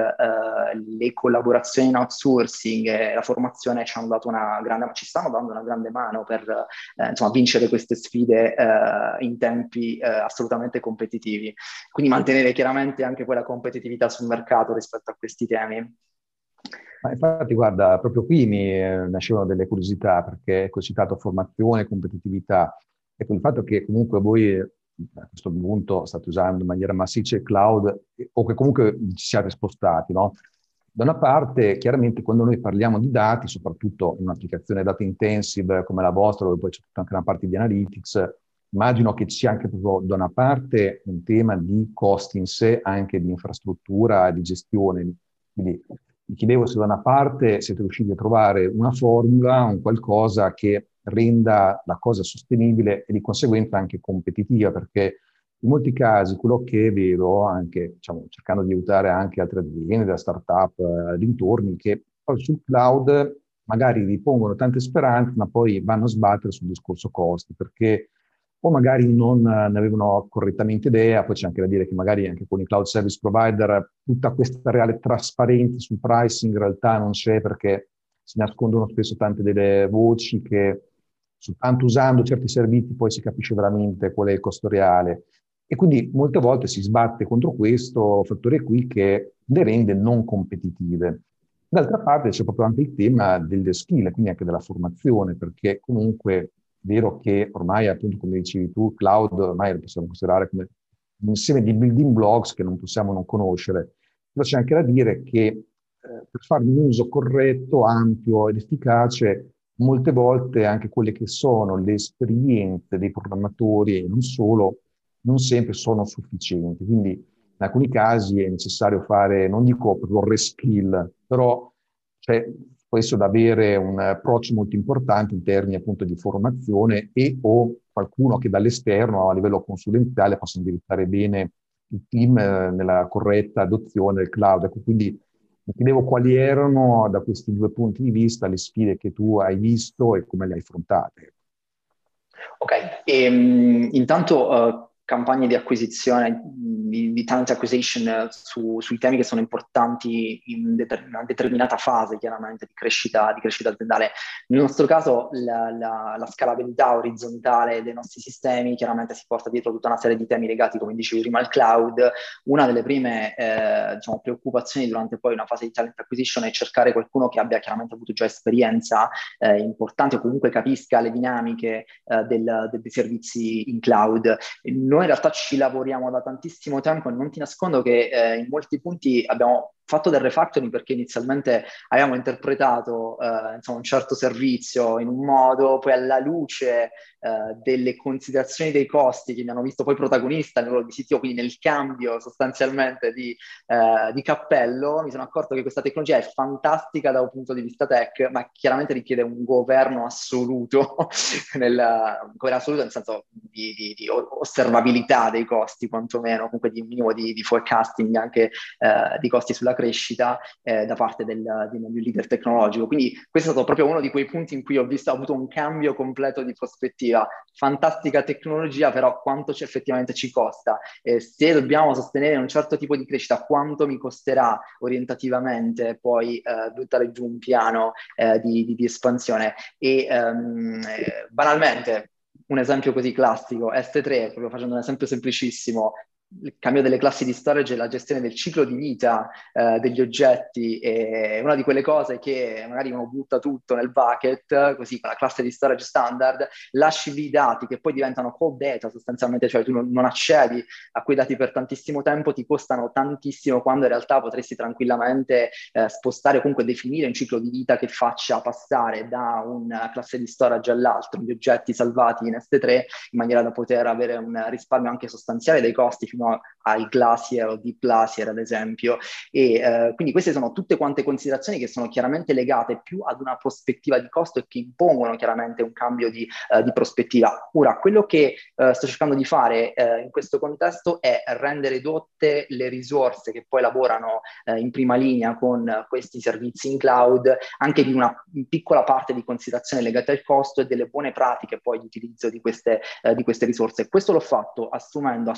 C: le collaborazioni in outsourcing e la formazione ci stanno dando una grande mano per insomma, vincere queste sfide in tempi assolutamente competitivi. Quindi mantenere chiaramente anche quella competitività sul mercato rispetto a questi temi.
B: Ma infatti, guarda, proprio qui mi nascevano delle curiosità, perché ecco, ho citato formazione, competitività. Ecco, il fatto che comunque voi a questo punto state usando in maniera massiccia il cloud, o che comunque ci siate spostati, no? Da una parte, chiaramente, quando noi parliamo di dati, soprattutto in un'applicazione data intensive come la vostra, dove poi c'è tutta anche una parte di analytics, immagino che ci sia anche proprio da una parte un tema di costi in sé, anche di infrastruttura, di gestione. Quindi mi chiedevo se da una parte siete riusciti a trovare una formula, un qualcosa che renda la cosa sostenibile e di conseguenza anche competitiva, perché in molti casi quello che vedo, anche diciamo, cercando di aiutare anche altre aziende, da startup dintorni, che poi sul cloud magari ripongono tante speranze, ma poi vanno a sbattere sul discorso costi, perché o magari non ne avevano correttamente idea. Poi c'è anche da dire che magari anche con i cloud service provider tutta questa reale trasparenza sul pricing in realtà non c'è, perché si nascondono spesso tante delle voci che soltanto usando certi servizi poi si capisce veramente qual è il costo reale. E quindi molte volte si sbatte contro questo fattore qui che le rende non competitive. D'altra parte c'è proprio anche il tema delle skill, quindi anche della formazione, perché comunque è vero che ormai, appunto, come dicevi tu, cloud ormai lo possiamo considerare come un insieme di building blocks che non possiamo non conoscere. Però c'è anche da dire che per fare un uso corretto, ampio ed efficace, molte volte anche quelle che sono le esperienze dei programmatori e non solo, non sempre sono sufficienti. Quindi in alcuni casi è necessario fare, non dico proprio reskill, però c'è spesso da avere un approccio molto importante in termini appunto di formazione e o qualcuno che dall'esterno a livello consulenziale possa indirizzare bene il team nella corretta adozione del cloud. Ecco, quindi mi chiedevo quali erano da questi due punti di vista le sfide che tu hai visto e come le hai affrontate.
C: Ok, intanto campagne di acquisizione, di talent acquisition sui temi che sono importanti in una determinata fase, chiaramente, di crescita aziendale. Nel nostro caso la scalabilità orizzontale dei nostri sistemi chiaramente si porta dietro tutta una serie di temi legati, come dicevi prima, al cloud. Una delle prime diciamo, preoccupazioni durante poi una fase di talent acquisition è cercare qualcuno che abbia chiaramente avuto già esperienza importante o comunque capisca le dinamiche dei servizi in cloud. Noi in realtà ci lavoriamo da tantissimo tempo e non ti nascondo che in molti punti abbiamo fatto del refactoring perché inizialmente avevamo interpretato insomma, un certo servizio in un modo, poi alla luce delle considerazioni dei costi che mi hanno visto poi protagonista nel ruolo di CTO, quindi nel cambio sostanzialmente di cappello, mi sono accorto che questa tecnologia è fantastica da un punto di vista tech, ma chiaramente richiede un governo assoluto, nel senso di osservabilità dei costi, quantomeno, comunque di un minimo di forecasting anche di costi sulla crescita da parte del leader tecnologico. Quindi questo è stato proprio uno di quei punti in cui ho avuto un cambio completo di prospettiva. Fantastica tecnologia, però quanto effettivamente ci costa? Se dobbiamo sostenere un certo tipo di crescita, quanto mi costerà orientativamente poi buttare giù un piano di espansione? E banalmente, un esempio così classico, S3, proprio facendo un esempio semplicissimo, il cambio delle classi di storage e la gestione del ciclo di vita degli oggetti è una di quelle cose che magari uno butta tutto nel bucket, così con la classe di storage standard, lasci lì i dati che poi diventano cold data sostanzialmente, cioè tu non accedi a quei dati per tantissimo tempo, ti costano tantissimo quando in realtà potresti tranquillamente spostare o comunque definire un ciclo di vita che faccia passare da una classe di storage all'altro gli oggetti salvati in S3 in maniera da poter avere un risparmio anche sostanziale dei costi fino ai Glacier o Deep Glacier ad esempio, e quindi queste sono tutte quante considerazioni che sono chiaramente legate più ad una prospettiva di costo e che impongono chiaramente un cambio di prospettiva. Ora, quello che sto cercando di fare in questo contesto è rendere edotte le risorse che poi lavorano in prima linea con questi servizi in cloud, anche di una piccola parte di considerazione legate al costo e delle buone pratiche poi di utilizzo di queste risorse. Questo l'ho fatto assumendo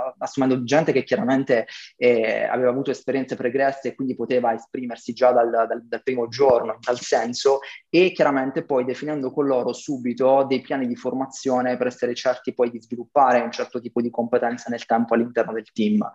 C: gente che chiaramente aveva avuto esperienze pregresse e quindi poteva esprimersi già dal primo giorno in tal senso, e chiaramente poi definendo con loro subito dei piani di formazione per essere certi poi di sviluppare un certo tipo di competenza nel tempo all'interno del team.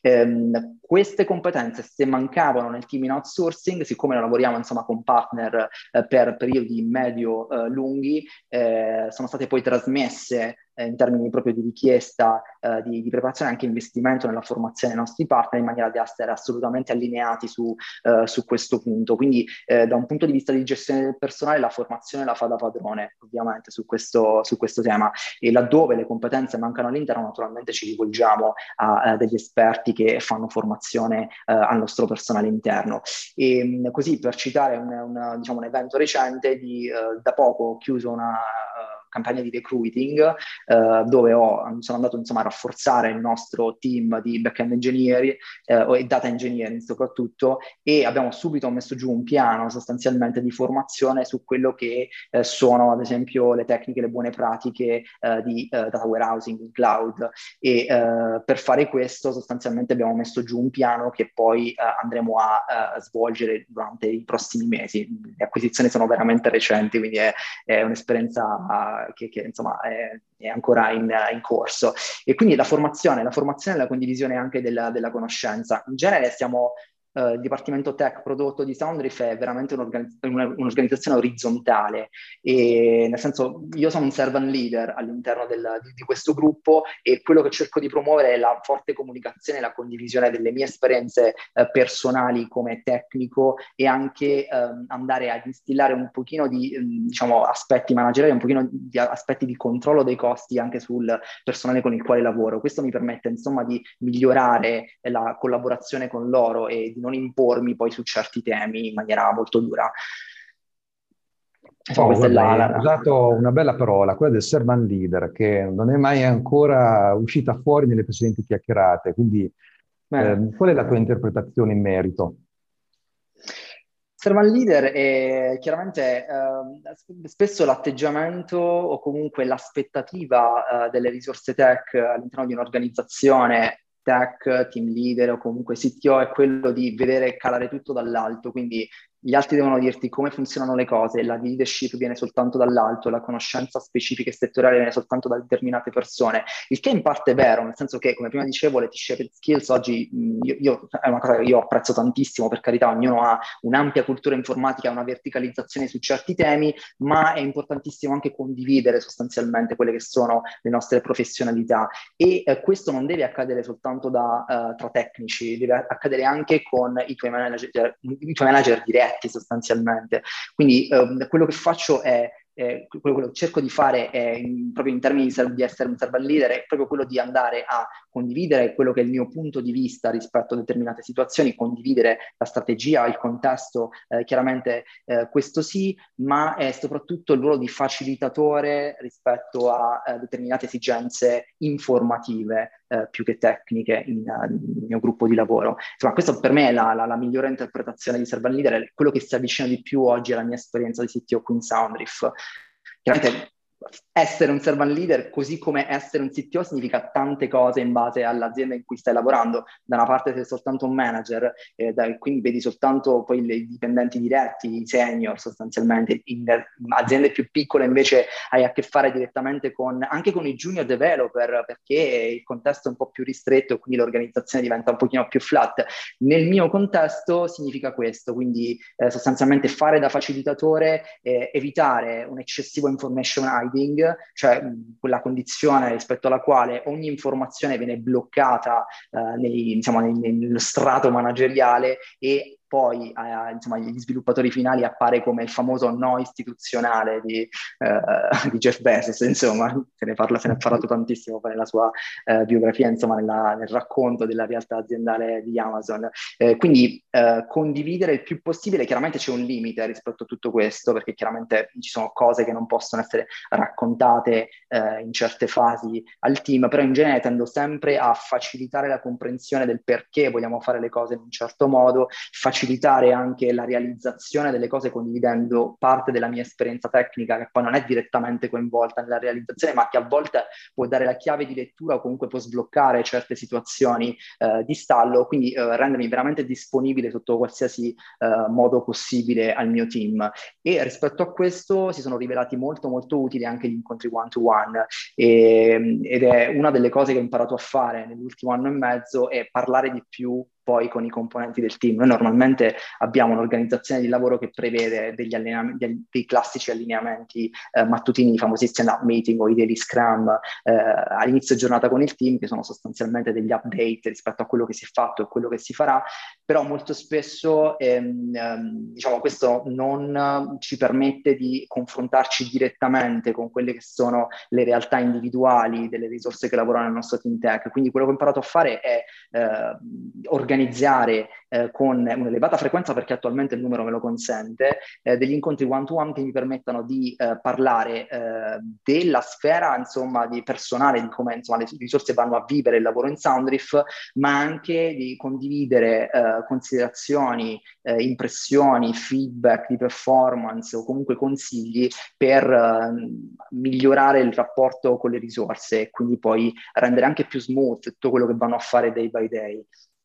C: Queste competenze, se mancavano nel team in outsourcing, siccome noi lavoriamo insomma con partner per periodi medio-lunghi, sono state poi trasmesse in termini proprio di richiesta di preparazione e anche investimento nella formazione dei nostri partner, in maniera da essere assolutamente allineati su questo punto. Quindi da un punto di vista di gestione del personale la formazione la fa da padrone ovviamente su questo tema, e laddove le competenze mancano all'interno naturalmente ci rivolgiamo a degli esperti che fanno formazione al nostro personale interno. E così, per citare diciamo, un evento recente, da poco ho chiuso una campagna di recruiting dove sono andato insomma a rafforzare il nostro team di back-end engineering e data engineering soprattutto, e abbiamo subito messo giù un piano sostanzialmente di formazione su quello che sono ad esempio le tecniche, le buone pratiche di data warehousing in cloud, e per fare questo sostanzialmente abbiamo messo giù un piano che poi andremo a svolgere durante i prossimi mesi. Le acquisizioni sono veramente recenti, quindi è un'esperienza che insomma è ancora in corso. E quindi la formazione e la condivisione anche della conoscenza. In genere stiamo il Dipartimento Tech Prodotto di Soundriff è veramente un'organizzazione orizzontale, e nel senso io sono un servant leader all'interno di questo gruppo, e quello che cerco di promuovere è la forte comunicazione e la condivisione delle mie esperienze personali come tecnico, e anche andare ad instillare un pochino di diciamo, aspetti manageriali, un pochino di aspetti di controllo dei costi anche sul personale con il quale lavoro. Questo mi permette insomma di migliorare la collaborazione con loro e di non impormi poi su certi temi in maniera molto dura. Insomma, questa è
B: Guarda, hai usato una bella parola, quella del servant leader, che non è mai ancora uscita fuori nelle precedenti chiacchierate. Quindi, qual è la tua interpretazione in merito?
C: Servant leader è chiaramente spesso l'atteggiamento o comunque l'aspettativa delle risorse tech all'interno di un'organizzazione tech, team leader o comunque CTO è quello di vedere calare tutto dall'alto, quindi gli altri devono dirti come funzionano le cose, la leadership viene soltanto dall'alto, la conoscenza specifica e settoriale viene soltanto da determinate persone, il che in parte è vero, nel senso che, come prima dicevo, le T-shaped skills oggi è una cosa che io apprezzo tantissimo, per carità, ognuno ha un'ampia cultura informatica, una verticalizzazione su certi temi, ma è importantissimo anche condividere sostanzialmente quelle che sono le nostre professionalità, e questo non deve accadere soltanto tra tecnici, deve accadere anche con i tuoi manager diretti sostanzialmente. Quindi quello che faccio è quello che cerco di fare è, proprio in termini di essere un servant leader, è proprio quello di andare a condividere quello che è il mio punto di vista rispetto a determinate situazioni, condividere la strategia, il contesto, chiaramente questo sì, ma è soprattutto il ruolo di facilitatore rispetto a determinate esigenze informative più che tecniche nel mio gruppo di lavoro. Insomma, questo per me è la migliore interpretazione di servant leader, è quello che si avvicina di più oggi alla mia esperienza di CTO qui in Soundriff. Chiaramente essere un servant leader, così come essere un CTO, significa tante cose in base all'azienda in cui stai lavorando. Da una parte sei soltanto un manager, quindi vedi soltanto poi i dipendenti diretti, i senior sostanzialmente. In aziende più piccole invece hai a che fare direttamente anche con i junior developer, perché il contesto è un po' più ristretto e quindi l'organizzazione diventa un pochino più flat. Nel mio contesto significa questo, quindi sostanzialmente fare da facilitatore, evitare un eccessivo information hiding, cioè quella condizione rispetto alla quale ogni informazione viene bloccata nello strato manageriale, e poi insomma, agli sviluppatori finali appare come il famoso no istituzionale di Jeff Bezos, insomma, se ne è parlato tantissimo nella sua biografia, insomma, nel racconto della realtà aziendale di Amazon. Quindi condividere il più possibile, chiaramente c'è un limite rispetto a tutto questo, perché chiaramente ci sono cose che non possono essere raccontate in certe fasi al team, però in genere tendo sempre a facilitare la comprensione del perché vogliamo fare le cose in un certo modo, facilitare anche la realizzazione delle cose condividendo parte della mia esperienza tecnica, che poi non è direttamente coinvolta nella realizzazione, ma che a volte può dare la chiave di lettura o comunque può sbloccare certe situazioni di stallo, quindi rendermi veramente disponibile sotto qualsiasi modo possibile al mio team. E rispetto a questo si sono rivelati molto molto utili anche gli incontri one-to-one, ed è una delle cose che ho imparato a fare nell'ultimo anno e mezzo, è parlare di più poi con i componenti del team. Noi normalmente abbiamo un'organizzazione di lavoro che prevede dei classici allineamenti mattutini, i famosi stand-up meeting o i daily scrum all'inizio giornata con il team, che sono sostanzialmente degli update rispetto a quello che si è fatto e quello che si farà, però molto spesso diciamo, questo non ci permette di confrontarci direttamente con quelle che sono le realtà individuali delle risorse che lavorano nel nostro team tech. Quindi quello che ho imparato a fare è organizzare con un'elevata frequenza, perché attualmente il numero me lo consente, degli incontri one-to-one che mi permettano di parlare della sfera, insomma, di personale, di come, insomma, le risorse vanno a vivere il lavoro in Soundriff, ma anche di condividere considerazioni, impressioni, feedback di performance o comunque consigli per migliorare il rapporto con le risorse e quindi poi rendere anche più smooth tutto quello che vanno a fare day by day.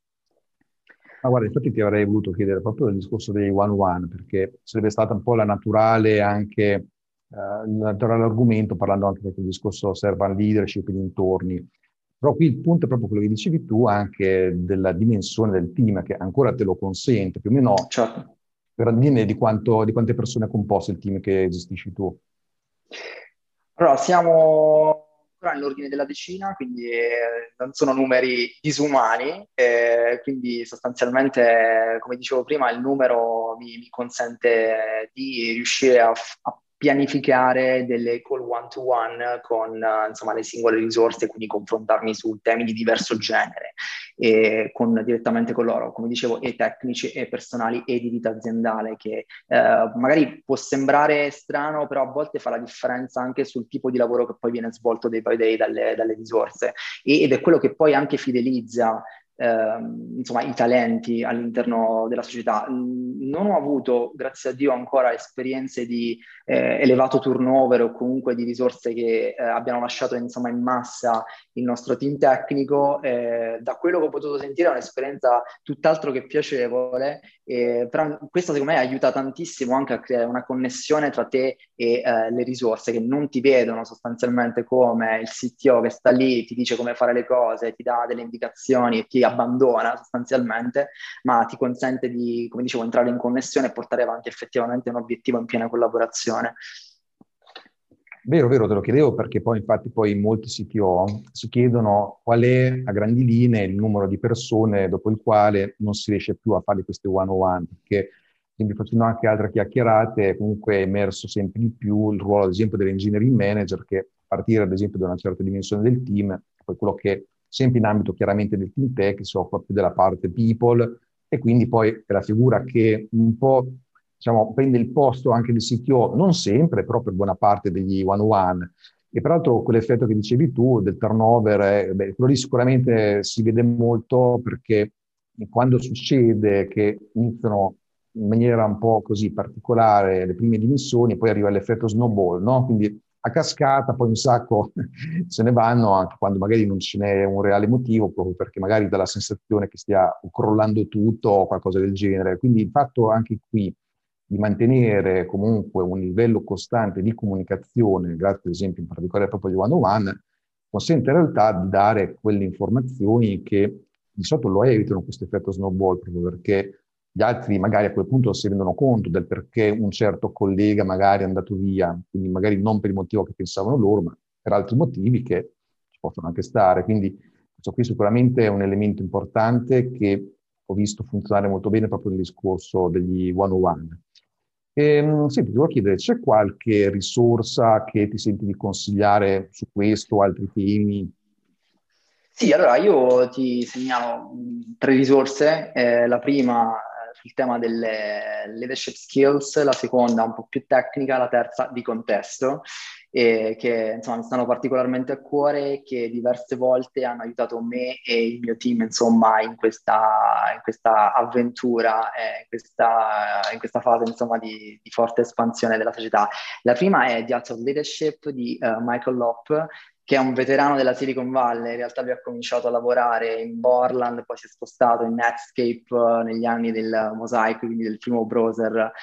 B: Ma guarda, infatti ti avrei voluto chiedere proprio del discorso dei one-one, perché sarebbe stata un po' la naturale anche, il naturale argomento, parlando anche del discorso servant leadership e dintorni. Però qui il punto è proprio quello che dicevi tu, anche della dimensione del team, che ancora te lo consente, più o meno,
C: Certo.
B: per dire di quante persone è composto il team che gestisci tu.
C: Allora, siamo ancora nell'ordine della decina, quindi non sono numeri disumani, quindi sostanzialmente, come dicevo prima, il numero mi consente di riuscire a pianificare delle call one-to-one con insomma, le singole risorse, quindi confrontarmi su temi di diverso genere e direttamente con loro, come dicevo, e tecnici e personali e di vita aziendale, che magari può sembrare strano, però a volte fa la differenza anche sul tipo di lavoro che poi viene svolto day by day dalle risorse ed è quello che poi anche fidelizza insomma, i talenti all'interno della società. Non ho avuto, grazie a Dio, ancora esperienze di elevato turnover o comunque di risorse che abbiano lasciato insomma in massa il nostro team tecnico. Da quello che ho potuto sentire è un'esperienza tutt'altro che piacevole, però questo secondo me aiuta tantissimo anche a creare una connessione tra te e le risorse che non ti vedono sostanzialmente come il CTO che sta lì, ti dice come fare le cose, ti dà delle indicazioni e ti abbandona sostanzialmente, ma ti consente di, come dicevo, entrare in connessione e portare avanti effettivamente un obiettivo in piena collaborazione.
B: Vero, vero, te lo chiedevo perché poi infatti poi molti CTO si chiedono qual è a grandi linee il numero di persone dopo il quale non si riesce più a fare queste one-on-one, perché quindi facendo anche altre chiacchierate comunque è emerso sempre di più il ruolo ad esempio dell'engineering manager che a partire ad esempio da una certa dimensione del team, poi quello che sempre in ambito chiaramente del team tech si occupa più della parte people e quindi poi è la figura che un po' diciamo, prende il posto anche del CTO, non sempre, però per buona parte degli one-on-one. E peraltro quell'effetto che dicevi tu del turnover, quello lì sicuramente si vede molto perché quando succede che iniziano in maniera un po' così particolare le prime dimissioni, poi arriva l'effetto snowball, no? Quindi a cascata poi un sacco se ne vanno anche quando magari non ce n'è un reale motivo, proprio perché magari dà la sensazione che stia crollando tutto o qualcosa del genere. Quindi il fatto anche qui di mantenere comunque un livello costante di comunicazione, grazie ad esempio in particolare proprio agli one-on-one, consente in realtà di dare quelle informazioni che di solito lo evitano questo effetto snowball, proprio perché gli altri magari a quel punto si rendono conto del perché un certo collega magari è andato via, quindi magari non per il motivo che pensavano loro, ma per altri motivi che ci possono anche stare. Quindi questo qui sicuramente è un elemento importante che ho visto funzionare molto bene proprio nel discorso degli one-on-one. Senti, ti volevo chiedere, c'è qualche risorsa che ti senti di consigliare su questo o altri temi?
C: Sì, allora io ti segnalo tre risorse. La prima sul tema delle leadership skills, la seconda un po' più tecnica, la terza di contesto, che insomma mi stanno particolarmente a cuore e che diverse volte hanno aiutato me e il mio team insomma in questa avventura, in questa fase insomma di forte espansione della società. La prima è The Art of Leadership di Michael Lopp, che è un veterano della Silicon Valley. In realtà lui ha cominciato a lavorare in Borland, poi si è spostato in Netscape negli anni del Mosaic, quindi del primo browser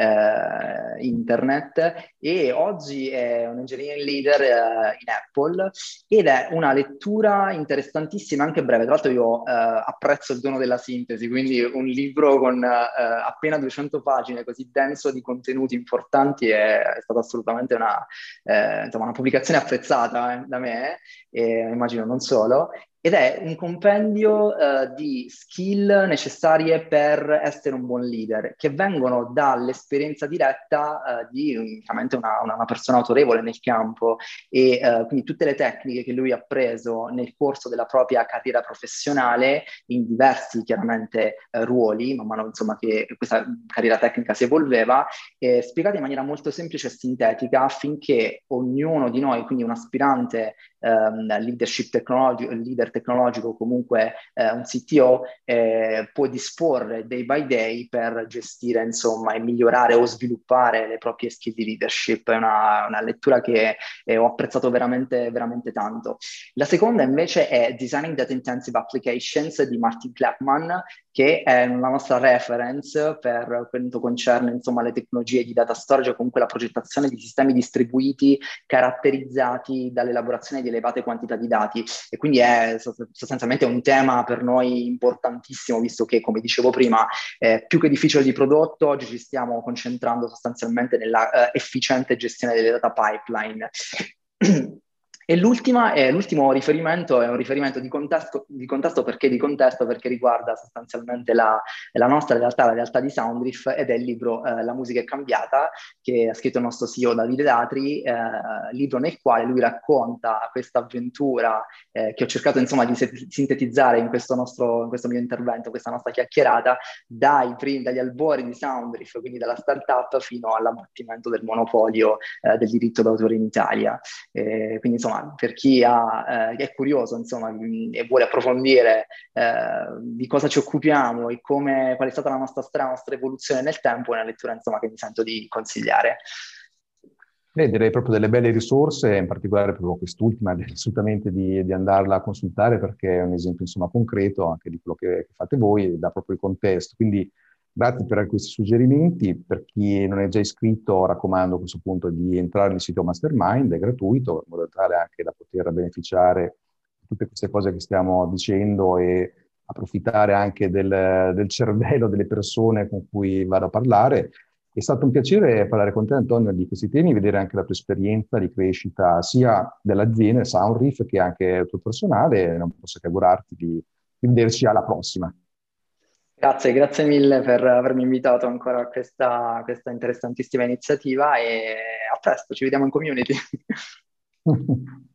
C: internet, e oggi è un engineering leader in Apple ed è una lettura interessantissima, anche breve. Tra l'altro io apprezzo il dono della sintesi, quindi un libro con appena 200 pagine così denso di contenuti importanti è stata assolutamente insomma, una pubblicazione apprezzata da me, immagino non solo, ed è un compendio di skill necessarie per essere un buon leader, che vengono dall'esperienza diretta chiaramente una persona autorevole nel campo e quindi tutte le tecniche che lui ha preso nel corso della propria carriera professionale in diversi chiaramente ruoli, man mano insomma che questa carriera tecnica si evolveva, spiegate in maniera molto semplice e sintetica affinché ognuno di noi, quindi un aspirante leader tecnologico o comunque un CTO, può disporre day by day per gestire insomma e migliorare o sviluppare le proprie skill di leadership. È una lettura che ho apprezzato veramente, veramente tanto. La seconda invece è Designing Data Intensive Applications di Martin Kleppmann, che è una nostra reference per quanto concerne insomma le tecnologie di data storage o comunque la progettazione di sistemi distribuiti caratterizzati dall'elaborazione di elevate quantità di dati, e quindi è sostanzialmente un tema per noi importantissimo, visto che, come dicevo prima, più che difficile di prodotto, oggi ci stiamo concentrando sostanzialmente nella efficiente gestione delle data pipeline. E l'ultimo riferimento è un riferimento di contesto perché di contesto? Perché riguarda sostanzialmente la nostra realtà, la realtà di Soundriff, ed è il libro La musica è cambiata, che ha scritto il nostro CEO Davide Datri, libro nel quale lui racconta questa avventura che ho cercato insomma di sintetizzare in questo mio intervento, questa nostra chiacchierata, dagli albori di Soundriff, quindi dalla startup, fino all'abbattimento del monopolio del diritto d'autore in Italia. Quindi insomma, per chi è curioso insomma, e vuole approfondire di cosa ci occupiamo e qual è stata la nostra storia, la nostra evoluzione nel tempo, è una lettura insomma, che mi sento di consigliare.
B: Beh, direi proprio delle belle risorse, in particolare proprio quest'ultima, assolutamente di andarla a consultare, perché è un esempio insomma concreto anche di quello che fate voi e dà proprio il contesto. Quindi grazie per questi suggerimenti. Per chi non è già iscritto, raccomando a questo punto di entrare nel sito Mastermind, è gratuito, in modo tale anche da poter beneficiare di tutte queste cose che stiamo dicendo e approfittare anche del cervello delle persone con cui vado a parlare. È stato un piacere parlare con te, Antonio, di questi temi, vedere anche la tua esperienza di crescita sia dell'azienda Soundriff che anche tuo personale. Non posso che augurarti di vederci alla prossima.
C: Grazie mille per avermi invitato ancora a questa interessantissima iniziativa, e a presto, ci vediamo in community.